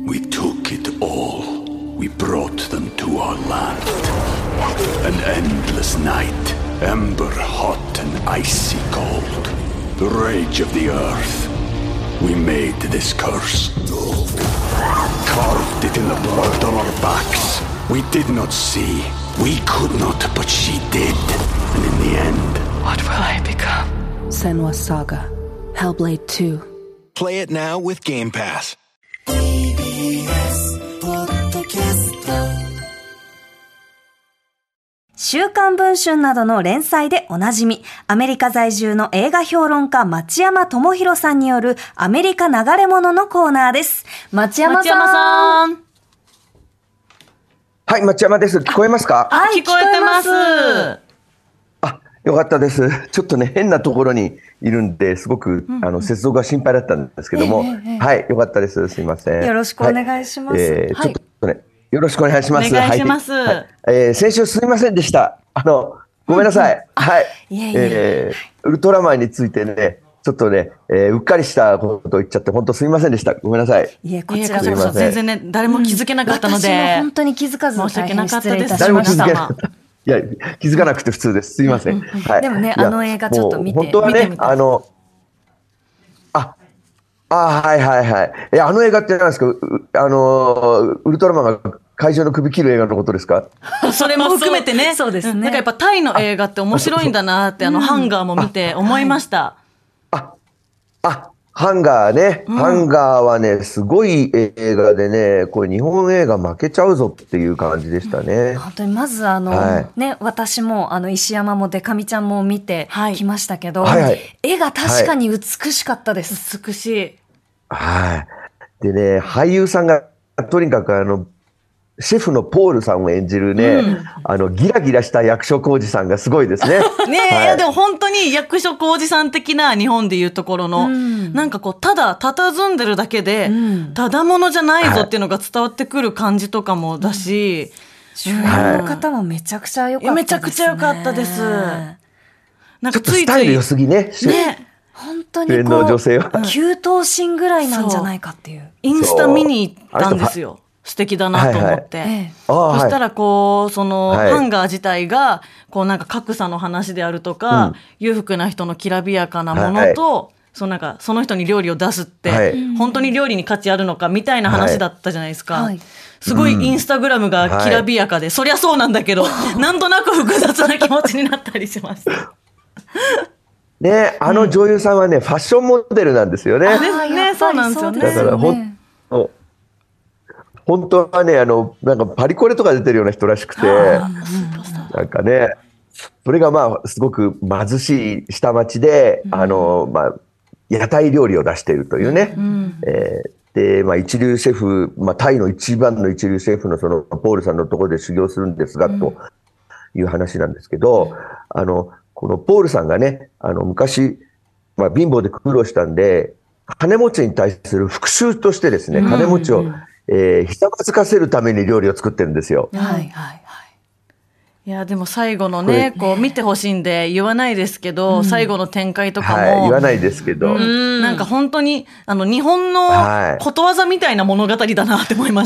We took it all. We brought them to our land. An endless night, ember hot and icy cold. The rage of the earth. We made this curse. Carved it in the blood on our backs. We did not see. We could not, but she did. And in the end, what will I become? Senua's Saga. Hellblade 2. Play it now with Game Pass. TBS ポッドキャスト。 週刊文春などの連載でおなじみ、アメリカ在住の映画評論家町山智博さんによるアメリカ流れ物のコーナーです。町山さん。 はい、町山です。聞こえますか？ はい、聞こえてます。 あ、よかったです。ちょっとね、変なところにいるんで、すごく、接続が心配だったんですけども、はい、よかったです。すいません。 よろしくお願いします。 ちょっとね、よろしくお願いします。 お願いします。 先週すみませんでした。ごめんなさい。はい。ウルトラマンについてね、ちょっとね、うっかりしたことを言っちゃって、本当すみませんでした。ごめんなさい。 いえ、こちらこそ全然ね、誰も気づけなかったので。 私も本当に気づかず、 申し訳なかったです。 誰も気づけなかった。いや、気づかなくて普通です。すみません。はい。 でもね、あの映画ちょっと見て、 本当はね、はいはいはい。あの映画って何ですか？ウルトラマンが怪獣の首切る映画のことですか？ それも含めてね。 そうですね。 なんかやっぱタイの映画って面白いんだなって、ハンガーも見て思いました。 ハンガーね。ハンガーはね、すごい映画でね、これ日本映画負けちゃうぞっていう感じでしたね。 本当にまずね、私も石山もデカミちゃんも見てきましたけど、絵が確かに美しかったです。 美しい。 はい。でね、俳優さんがとにかくシェフのポールさんを演じるね、ギラギラした役所広司さんがすごいですね。 ねえ、いやでも本当に役所広司さん的な日本でいうところの、なんかこう、ただ佇んでるだけで、ただものじゃないぞっていうのが伝わってくる感じとかもだし、 主演の方もめちゃくちゃ良かったですね。 めちゃくちゃ良かったです。 なんかついついスタイル良すぎね。 ね。本当にこう、9頭身ぐらいなんじゃないかっていう。 インスタ見に行ったんですよ。素敵だなと思って。そしたらこう、ハンガー自体が、こうなんか格差の話であるとか、裕福な人のきらびやかなものと、その人に料理を出すって、本当に料理に価値あるのかみたいな話だったじゃないですか。すごいインスタグラムがきらびやかで、そりゃそうなんだけど、なんとなく複雑な気持ちになったりします。 ね、女優さんはね、ファッションモデルなんですよね。 ね、そうなんですよね。 だから本当はね、なんかパリコレとか出てるような人らしくて、なんかね、それがまあ、すごく貧しい下町で、屋台料理を出しているというね。で、一流シェフ、タイの一番の一流シェフのそのポールさんのところで修行するんですが、という話なんですけど、このポールさんがね、昔、貧乏で苦労したんで、金持ちに対する復讐としてですね、金持ちを、ひざまずかせるために料理を作ってるんですよ。 いや、でも最後のね、こう見てほしいんで言わないですけど、最後の展開とかも。 言わないですけど。 なんか本当に、日本のことわざみたいな物語だなって思いました。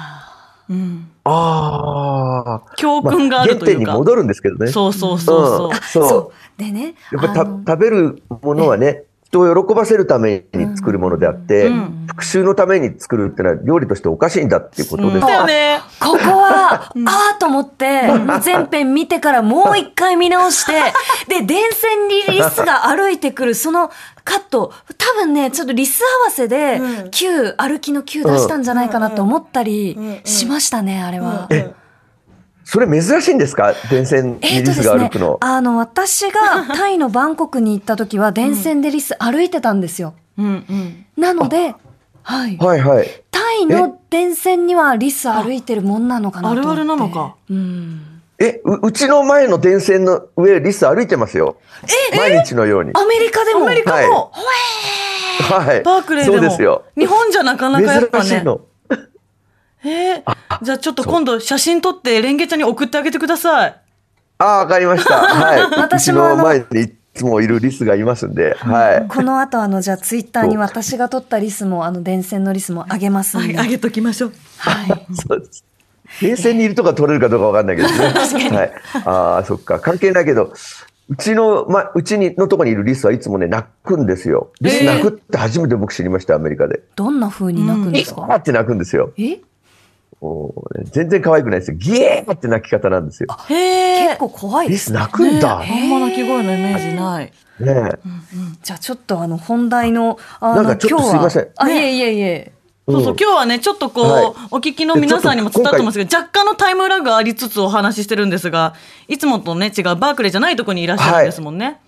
教訓があるというか。 原点に戻るんんですけどね。 そうでね、やっぱ食べるものはね、人を喜ばせるために作るものであって、復讐のために作るってのは料理としておかしいんだっていうことです。 ここは、と思って、全編見てからもう一回見直して、で、電線にリスが歩いてくる、そのカット、多分ね、ちょっとリス合わせで、歩きの9出したんじゃないかなと思ったりしましたね、あれは。 それ珍しいんですか？電線にリスが歩くの。 私がタイのバンコクに行った時は電線でリス歩いてたんですよ。なので、タイの電線にはリス歩いてるもんなのかなと思って。 あるあるなのか。 うちの前の電線の上リス歩いてますよ。毎日のように。 アメリカでも。 アメリカも。バークレーでも。 そうですよ。 日本じゃなかなかやっぱね。 珍しいの。 じゃあちょっと今度写真撮ってレンゲちゃんに送ってあげてください。 わかりました。私も前に行っつもいるリスがいますんで、はい。 この後じゃあツイッターに私が撮ったリスも電線のリスもあげますんで。 あげときましょう。 はい。 そうです。電線にいるとか取れるかどうかわかんないけどね。はい。ああ、そっか。関係ないけど、うちのとこにいるリスはいつもね、泣くんですよ。リス泣くって初めて僕知りました、アメリカで。 どんな風に泣くんですか？ って泣くんですよ。全然可愛くないですよ。ギエーって泣き方なんですよ。 結構怖いですね。 リス泣くんだ。 あんま鳴き声のイメージない。 ね。 じゃあちょっと本題のなんかちょっとすいません。 いえ。 そうそう、今日はね、ちょっとこう、お聞きの皆さんにも伝わってますけど、若干のタイムラグがありつつお話ししてるんですが、いつもとね、違うバークレーじゃないところにいらっしゃるんですもんね。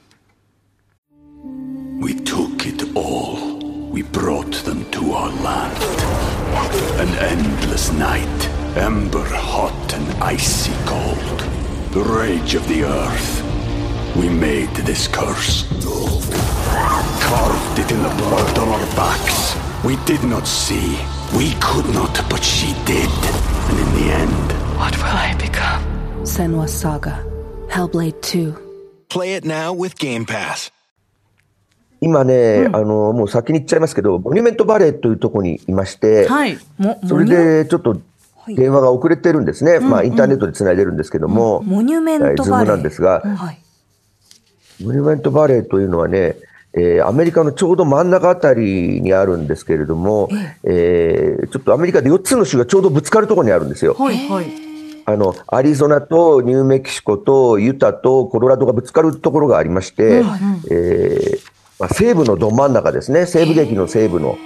We took it all. We brought them to our land. An endless night, ember hot and icy cold. The rage of the earth. We made this curse. Carved it in the blood on our backs. We did not see. We could not, but she did. And in the end, What will I become? Senua Saga. Hellblade 2. Play it now with Game Pass. 今ね、もう先に言っちゃいますけど、モニュメントバレーというところにいまして、 はい。 それでちょっと電話が遅れてるんですね。まあインターネットでつないでるんですけども、 モニュメントズームバレーなんですが、 はい。 モニュメントバレーというのはね、アメリカのちょうど真ん中あたりにあるんですけれども、ちょっとアメリカで4つの州がちょうどぶつかるところにあるんですよ。 はいはい。 アリゾナとニューメキシコとユタとコロラドがぶつかるところがありまして、まあ、西部のど真ん中ですね、西部劇の西部の。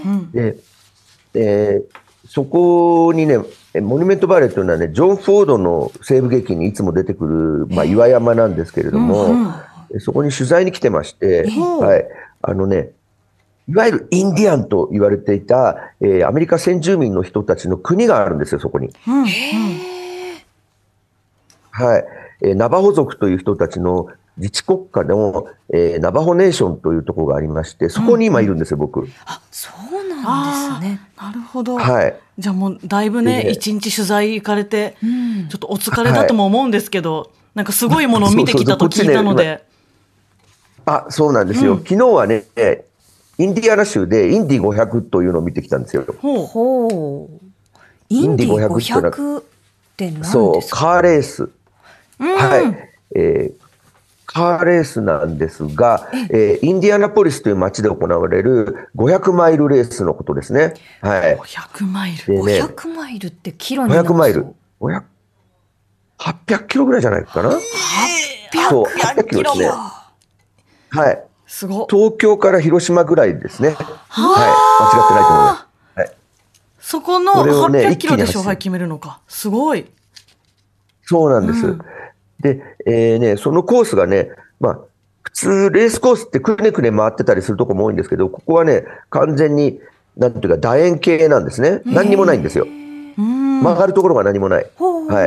でそこにね、モニュメントバレーというのはね、ジョン・フォードの西部劇にいつも出てくる、まあ、岩山なんですけれども、そこに取材に来てまして、はい、いわゆるインディアンと言われていた、アメリカ先住民の人たちの国があるんですよ、そこに。はい、ナバホ族という人たちの自治国家の、ナバホネーションというところがありまして、そこに今いるんですよ、僕。 あ、そうなんですね。 なるほど。 はい。 じゃあもうだいぶね、一日取材行かれて、ちょっとお疲れだとも思うんですけど、なんかすごいものを見てきたと聞いたので。 あ、そうなんですよ。昨日はね、インディアナ州でインディ500というのを見てきたんですよ。 ほう。インディ500って何ですか？ そう、カーレース。はい。カーレースなんですが、インディアナポリスという街で行われる500マイルレースのことですね。はい。 500マイル。 500マイルってキロになる 500マイル。800キロぐらいじゃないかな。そう、800キロですね。はい。 すごい。 東京から広島ぐらいですね。はい。間違ってないと思います。はい。 そこの800キロで勝敗決めるのか。すごい。 そうなんです。で、そのコースがね、まあ、普通レースコースってくねくね回ってたりするとこも多いんですけど、ここはね、完全に、なんていうか、楕円形なんですね。何にもないんですよ。曲がるところが何もない。はい。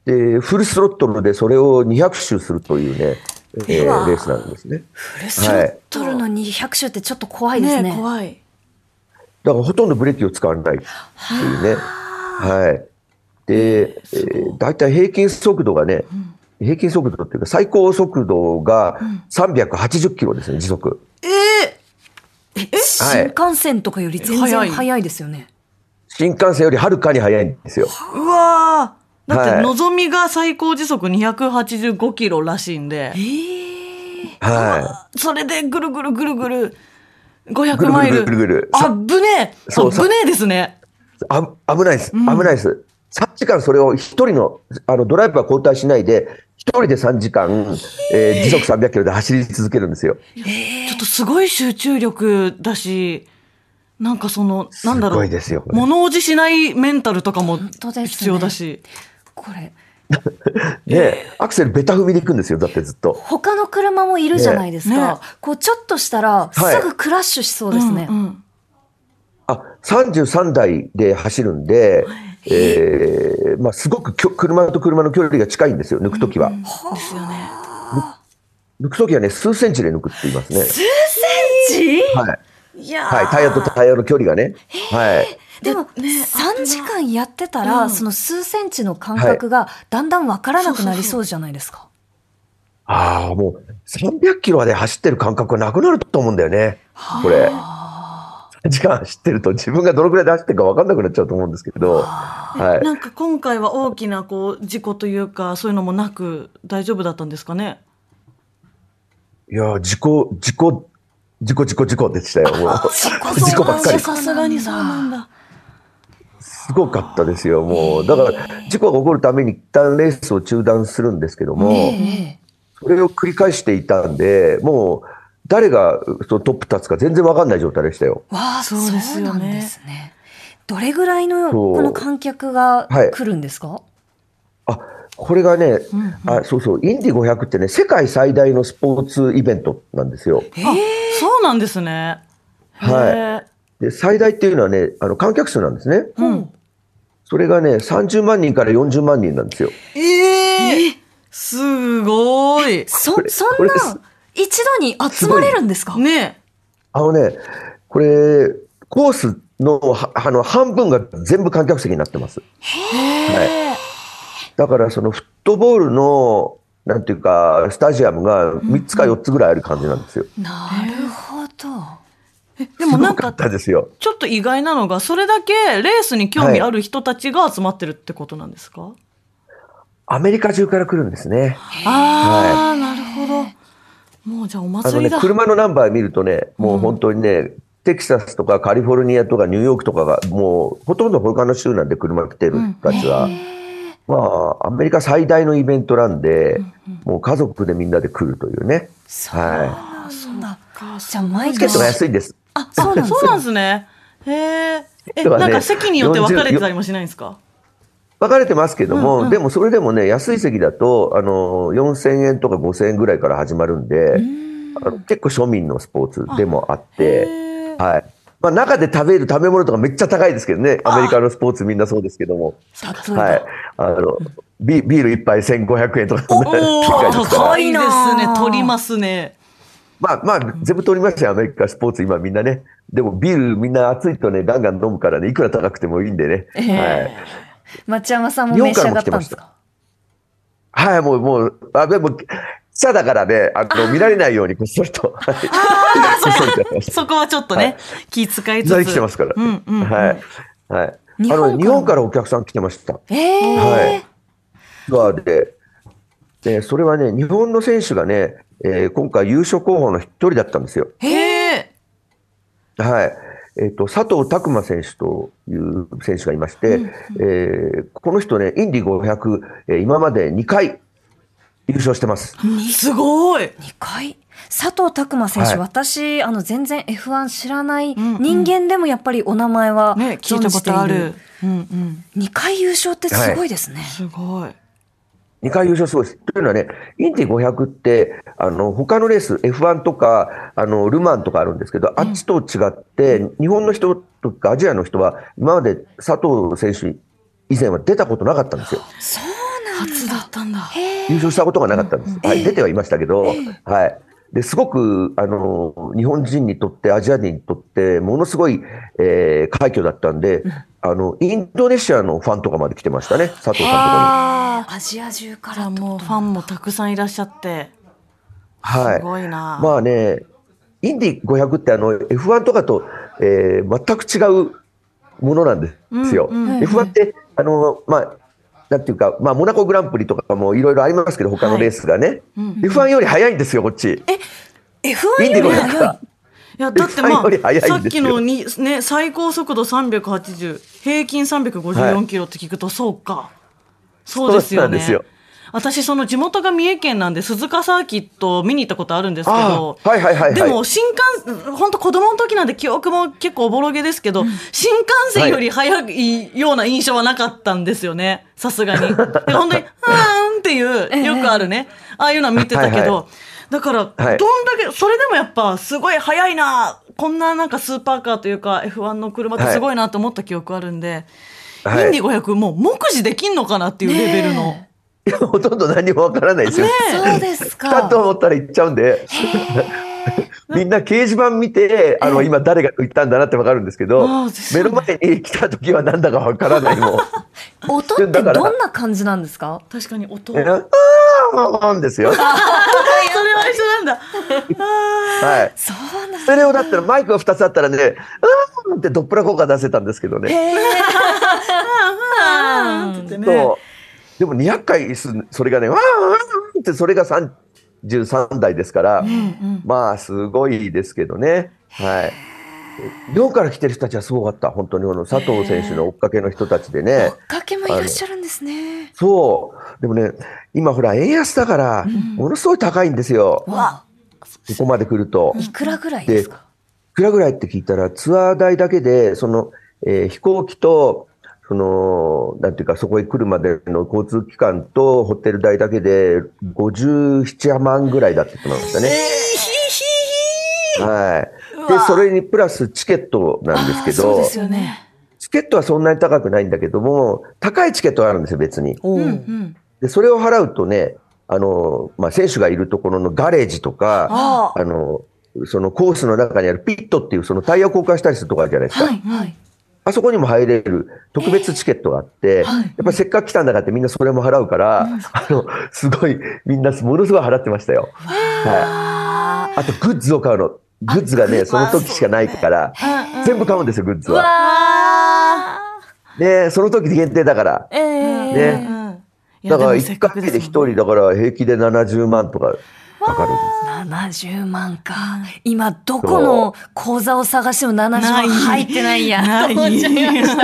で、フルスロットルでそれを200周するというね、レースなんですね。 フルスロットルの200周ってちょっと怖いですね。 怖い。 だからほとんどブレーキを使わないっていうね。はい。で、だいたい平均速度がね、平均速度っていうか最高速度が380キロですね、時速。 新幹線とかより全然速いですよね。 新幹線よりはるかに速いんですよ。 うわー。だって、のぞみが最高時速285キロらしいんで。 はい。 それでぐるぐるぐるぐる500マイル。あぶねえ。ぶねえですね。 危ないです。危ないです。3時間それを一人の、ドライバー交代しないで、一人で3時間、時速300キロで走り続けるんですよ。 ちょっとすごい集中力だし、なんかなんだろう。 すごいですよ。 物おじしないメンタルとかも必要だし。 これ。 アクセルベタ踏みでいくんですよ。だってずっと。 他の車もいるじゃないですか。こうちょっとしたら、すぐクラッシュしそうですね。 33台で走るんで、まあ、すごく車と車の距離が近いんですよ、抜くときは。 ですよね。 抜くときはね、数センチで抜くって言いますね。 数センチ？ はい。はい、タイヤとタイヤの距離がね。はい。 でも、3時間やってたら、その数センチの感覚がだんだんわからなくなりそうじゃないですか。 もう300キロまで走ってる感覚がなくなると思うんだよね。これ。3時間走ってると自分がどのくらいで走ってるか分かんなくなっちゃうと思うんですけど。はい。 なんか今回は大きな事故というか、そういうのもなく大丈夫だったんですかね。 いや、事故でしたよ。もう事故ばっかり。 さすがにそうなんだ。 すごかったですよ。もう、だから、事故が起こるために一旦レースを中断するんですけども、それを繰り返していたんで、もう、誰がそのトップ立つか全然わかんない状態でしたよ。 わあ、そうですよね。どれぐらいのこの観客が来るんですか？ これがね、そうそう、インディ500ってね、世界最大のスポーツイベントなんですよ。 そうなんですね。 はい。で、最大っていうのはね、観客数なんですね。それがね、30万人から40万人なんですよ。 すごい。 そんな、一度に集まれるんですか？ ね。 これ、コースの、半分が全部観客席になってます。だから、そのフットボールの、なんていうか、スタジアムが3つか4つぐらいある感じなんですよ。 なるほど。 でもなんか、 ちょっと意外なのが、それだけレースに興味ある人たちが集まってるってことなんですか？ アメリカ中から来るんですね。 なるほど。もうじゃあお祭りだ。 車のナンバー見るとね、もう本当にね、テキサスとかカリフォルニアとかニューヨークとかが、もうほとんど他の州なんで車来てる人たちは。アメリカ最大のイベントなんで、もう家族でみんなで来るというね。 そうだ。じゃあ毎チケットが安いんです。 そうなんですね。なんか席によって分かれてたりもしないんですか？ 分かれてますけども、でもそれでもね、安い席だと、4000円とか5000円ぐらいから始まるんで、結構庶民のスポーツでもあって、はい。中で食べる食べ物とかめっちゃ高いですけどね。アメリカのスポーツみんなそうですけども。はい。ビール一杯1500円とか。 高いですね。取りますね。 全部取りましたよ。アメリカスポーツ今みんなね。でもビールみんな暑いとね、ガンガン飲むからね、いくら高くてもいいんでね。はい。 町山さんも召し上がったんですか？ はい、もう、でも、記者だからね、見られないようにこっそりと。 そこはちょっとね、気遣いつつ。 来てますから。はい。日本からお客さん来てました。はい。ツアーで、それはね、日本の選手がね、今回優勝候補の一人だったんですよ。はい。佐藤拓磨選手という選手がいまして、この人ね、インディ500、今まで2回優勝してます。 すごい !2 回佐藤拓磨選手、私、全然 F1 知らない人間でもやっぱりお名前は聞いたことある。 2回優勝ってすごいですね。 すごい。 2回優勝すごいです。というのはね、インディ500って、他のレース、F1 とか、ルマンとかあるんですけど、あっちと違って、日本の人とかアジアの人は、今まで佐藤選手以前は出たことなかったんですよ。 そうなんだ。 初だったんだ。 優勝したことがなかったんです。はい、出てはいましたけど、はい。で、すごく、日本人にとって、アジア人にとって、ものすごい、快挙だったんで、インドネシアのファンとかまで来てましたね、佐藤さんのところに。 アジア中からもうファンもたくさんいらっしゃって。 はい。 すごいな。 まあね、インディ500って F1 とかと、全く違うものなんですよ。F1 って、なんていうか、モナコグランプリとかもいろいろありますけど、他のレースがね。F1 より早いんですよ、こっち。 F1 より早い？ いや、だってさっきのね、最高速度380、平均354キロって聞くと、そうか。そうですよね。私、その地元が三重県なんで、鈴鹿サーキット見に行ったことあるんですけど、でも本当子供の時なんで記憶も結構おぼろげですけど、新幹線より速いような印象はなかったんですよね、さすがに。で本当に、っていう、よくあるね、ああいうのは見てたけど、だから、どんだけ、それでもやっぱすごい速いな、こんななんかスーパーカーというか F1 の車ってすごいなと思った記憶あるんで、インディ500もう目視できんのかなっていうレベルの。 ほとんど何もわからないですよ。 そうですか。 来たと思ったら行っちゃうんで。みんな掲示板見て、今誰が行ったんだなってわかるんですけど、目の前に来た時はなんだかわからないもん。 音ってどんな感じなんですか？ 確かに音。 ーンですよ。 それは一緒なんだ。 はい。それをだったらマイクが2つあったらね、うーんってドップラ効果出せたんですけどね。そう。でも200回それがね、わーんってそれが33代ですから、まあすごいですけどね。はい。日本から来てる人たちはすごかった。本当に佐藤選手の追っかけの人たちでね。 追っかけもいらっしゃるんですね。 そう。でもね、今ほら円安だから、ものすごい高いんですよ。ここまで来ると。 いくらぐらいですか？ いくらぐらいって聞いたら、ツアー代だけで、飛行機と、なんていうか、そこへ来るまでの交通機関とホテル代だけで57万ぐらいだって言ってましたね。はい。で、それにプラスチケットなんですけど、 そうですよね。 チケットはそんなに高くないんだけども、高いチケットがあるんですよ、別に。で、それを払うとね、選手がいるところのガレージとか、そのコースの中にあるピットっていうそのタイヤを交換したりするところあるじゃないですか。あそこにも入れる特別チケットがあって、やっぱりせっかく来たんだからってみんなそれも払うから、すごい、みんなものすごい払ってましたよ。はい。あとグッズを買うの。グッズがね、その時しかないから、全部買うんですよ、グッズは。ね、その時限定だから。ね。だから1回で1人だから平気で70万とかかかるんです。70万か。今どこの口座を探しても70万入ってないや。と思っちゃいました。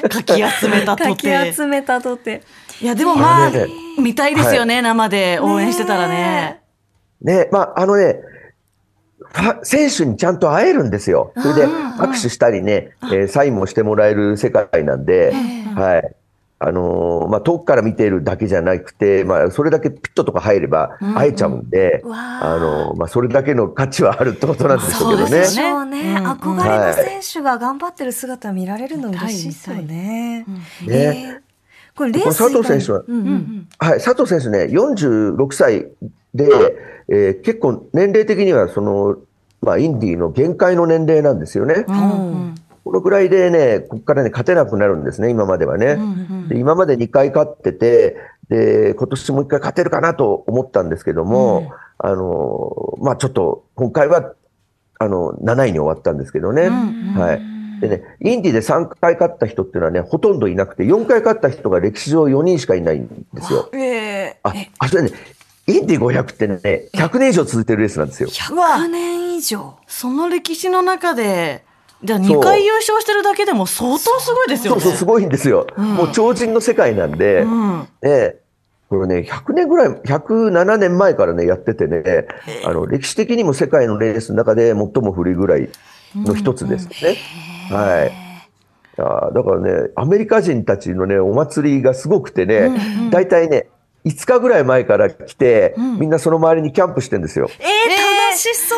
かき集めたとて。 かき集めたとて。 いやでもまあ見たいですよね、生で応援してたらね。 ね、まあ選手にちゃんと会えるんですよ。それで握手したりね、サインもしてもらえる世界なんで、はい。遠くから見ているだけじゃなくて、それだけピットとか入れば会えちゃうんで、それだけの価値はあるってことなんですけどね。そうでしょうね。憧れの選手が頑張ってる姿見られるの嬉しいですよね。 これ佐藤選手は、はい、佐藤選手ね、46歳で、結構年齢的にはインディーの限界の年齢なんですよね。このくらいでね、ここからね、勝てなくなるんですね、今まではね。で今まで2回勝ってて、で、今年もう1回勝てるかなと思ったんですけども、ちょっと、今回は、7位に終わったんですけどね。はい。でね、インディで3回勝った人っていうのはね、ほとんどいなくて、4回勝った人が歴史上4人しかいないんですよ。それね、インディ500ってね、100年以上続いてるレースなんですよ。 100年以上。 その歴史の中で、じゃあ2回優勝してるだけでも相当すごいですよね。 そう、すごいんですよ。もう超人の世界なんで、これね、100年ぐらい、107年前からね、やっててね、歴史的にも世界のレースの中で最も古いぐらいの一つですね。はい。だからね、アメリカ人たちのね、お祭りがすごくてね、だいたいね、5日ぐらい前から来て、みんなその周りにキャンプしてんですよ。 楽しそう。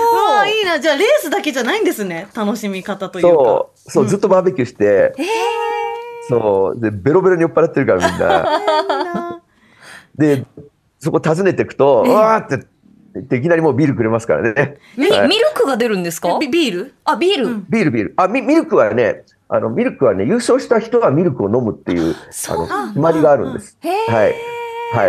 いいな。じゃあレースだけじゃないんですね。楽しみ方というか。 そう、ずっとバーベキューして、そう、で、ベロベロに酔っ払ってるからみんな。で、そこ訪ねていくと、わーっていきなりもうビールくれますからね。 ミルクが出るんですか？ ビール？ ビール。 ビール。ミルクはね、優勝した人はミルクを飲むっていう、決まりがあるんです。はい。はい。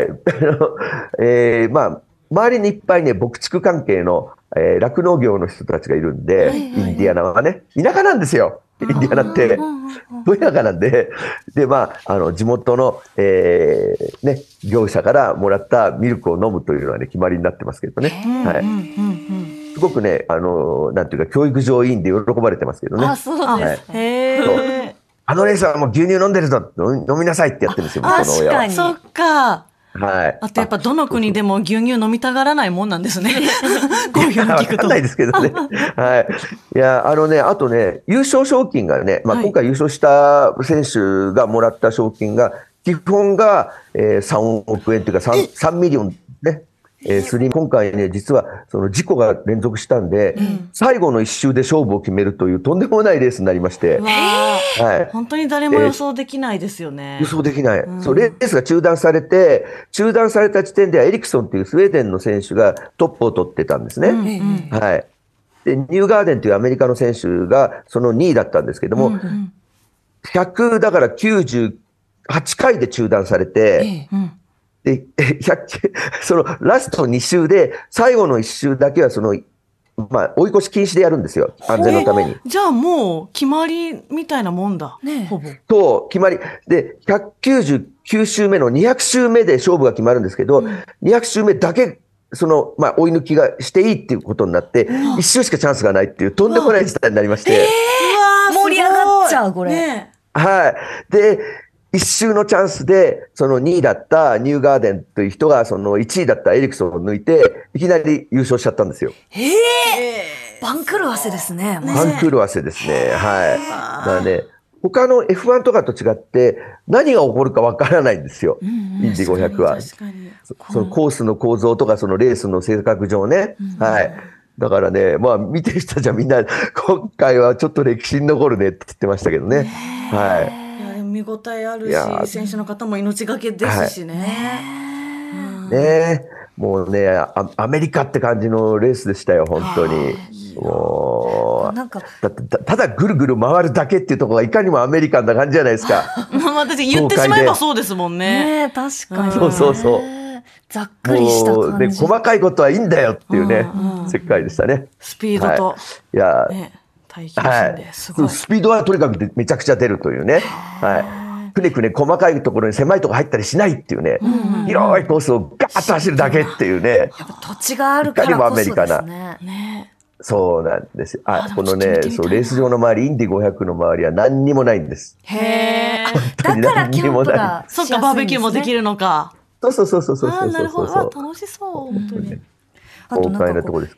周りにいっぱいね、牧畜関係の、酪農業の人たちがいるんで、インディアナはね、田舎なんですよ。インディアナって。田舎なんで、で、地元の、業者からもらったミルクを飲むというのはね、決まりになってますけどね。はい。すごくね、なんていうか、教育上いいんで喜ばれてますけどね。 そうです。 レースはもう牛乳飲んでるぞ、飲みなさいってやってるんですよ、向こうの親は。 そっか。 はい。 あとやっぱどの国でも牛乳飲みたがらないもんなんですね。こういうの聞くと。 わかんないですけどね。はい。いや、あとね、優勝賞金がね、今回優勝した選手がもらった賞金が、基本が3億円というか3ミリオンね。今回ね、実はその事故が連続したんで、最後の1周で勝負を決めるというとんでもないレースになりまして。 はい。本当に誰も予想できないですよね。 予想できない。そう、レースが中断された時点ではエリクソンというスウェーデンの選手がトップを取ってたんですね。はい。で、ニューガーデンというアメリカの選手がその2位だったんですけども、だから98回で中断されて、 で、そのラスト2周で、最後の1周だけは追い越し禁止でやるんですよ。安全のために。 じゃあもう決まりみたいなもんだ。 ね、 ほぼ。 と、決まり。で、199周目の200周目で勝負が決まるんですけど、200周目だけ、追い抜きがしていいっていうことになって、1周しかチャンスがないっていう、とんでもない事態になりまして。 盛り上がっちゃう、これ。 ね、 はい。で、一周のチャンスで、2位だったニューガーデンという人が、1位だったエリクソンを抜いて、いきなり優勝しちゃったんですよ。 番狂わせですね。 番狂わせですね。はい。だからね、他の F1 とかと違って、何が起こるかわからないんですよ。インディ500は。そのコースの構造とか、そのレースの性格上ね。はい。だからね、見てる人たちはみんな、今回はちょっと歴史に残るねって言ってましたけどね。はい。 見応えあるし、選手の方も命がけですしね。 ね、もうね、アメリカって感じのレースでしたよ、本当に。もう、ただぐるぐる回るだけっていうところがいかにもアメリカンな感じじゃないですか。 私言ってしまえばそうですもんね。 確かに。 そう。 ざっくりした感じ。 細かいことはいいんだよっていうね、世界でしたね。 スピードと。 いや、 耐久心ですごい。 スピードはとにかくめちゃくちゃ出るというね。はい。くねくね細かいところに狭いところ入ったりしないっていうね。広いコースをガーッと走るだけっていうね。 やっぱ土地があるからこそですね。 そうなんです。このね、レース場の周り、インディ500の周りは何にもないんです。 へー。だからキャンプがそっか、バーベキューもできるのか。 そう。 なるほど。楽しそう、本当に。 あとなんか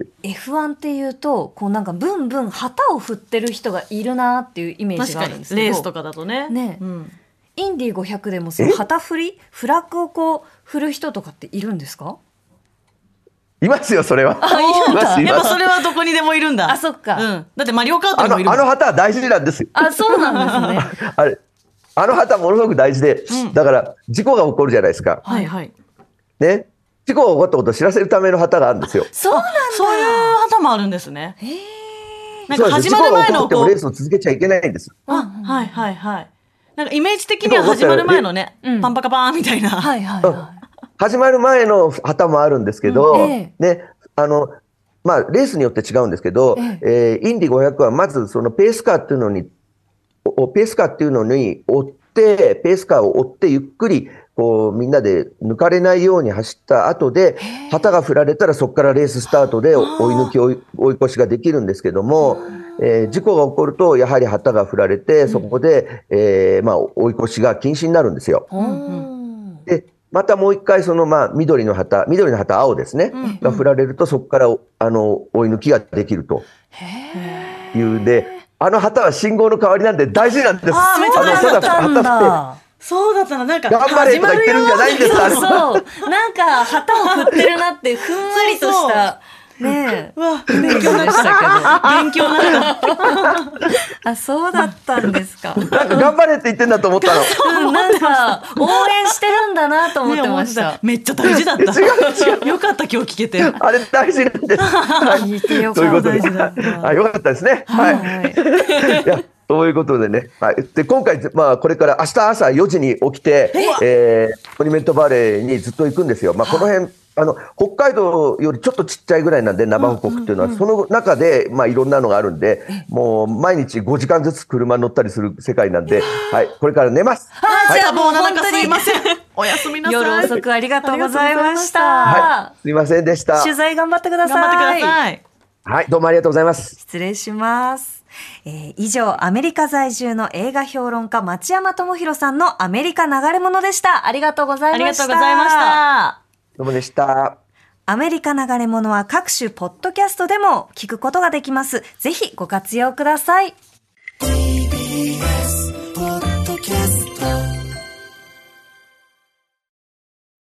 F1 っていうとブンブン旗を振ってる人がいるなっていうイメージがあるんですけど、 レースとかだとね。 インディ500でもその旗振りフラッグを振る人とかっているんですか？ いますよ、それは。 いるんだ。やっぱそれはどこにでもいるんだ。 あ、そっか。 だってマリオカートにもいる。 あの旗は大事なんですよ。 あ、そうなんですね。 あの旗ものすごく大事で、だから事故が起こるじゃないですか。 はいはい。 ね。事故が起こったことを知らせるための旗があるんですよ。 そうなんだ。 そういう旗もあるんですね。 なんか始まる前のレースを続けちゃいけないんです。 はいはいはい。なんかイメージ的には始まる前のね、パンパカパーンみたいな。 はいはい。 始まる前の旗もあるんですけど、ね、レースによって違うんですけど、インディ500はまずそのペースカーっていうのに追って、ペースカーを追ってゆっくりみんなで抜かれないように走った後で、旗が振られたらそこからレーススタートで追い抜き追い越しができるんですけども、事故が起こるとやはり旗が振られて、そこで、追い越しが禁止になるんですよ。でまたもう一回緑の旗青ですね、が振られるとそこから追い抜きができるというで、あの旗は信号の代わりなんで大事なんです。 そうだったな。なんか頑張れとか言ってるんじゃないんですか。 そうなんか旗を振ってるなってふんわりとしたねえ、 勉強になったけど、勉強になった。 あ、そうだったんですか。 なんか頑張れって言ってんだと思ったの。 なんか応援してるんだなと思ってました。 めっちゃ大事だった。 違う。 よかった今日聞けて。 あれ大事なんです。 聞いてよかった。大事だった。 よかったですね。はい。いや。ということでね、で今回、これから明日朝4時に起きて、モニュメントバレーにずっと行くんですよ。この辺北海道よりちょっとちっちゃいぐらいなんで、ナバホ国っていうのは、その中で、いろんなのがあるんで、もう毎日5時間ずつ車に乗ったりする世界なんで、はい、これから寝ます。 じゃあもうなんかすいません。おやすみなさい。 夜遅くありがとうございました。 はい、すいませんでした。 取材頑張ってください。 頑張ってください。 はい、どうもありがとうございます。 失礼します。以上、アメリカ在住の映画評論家町山智博さんのアメリカ流れ物でした。ありがとうございました。 ありがとうございました。 どうもでした。 アメリカ流れ物は各種ポッドキャストでも聞くことができます。ぜひご活用ください。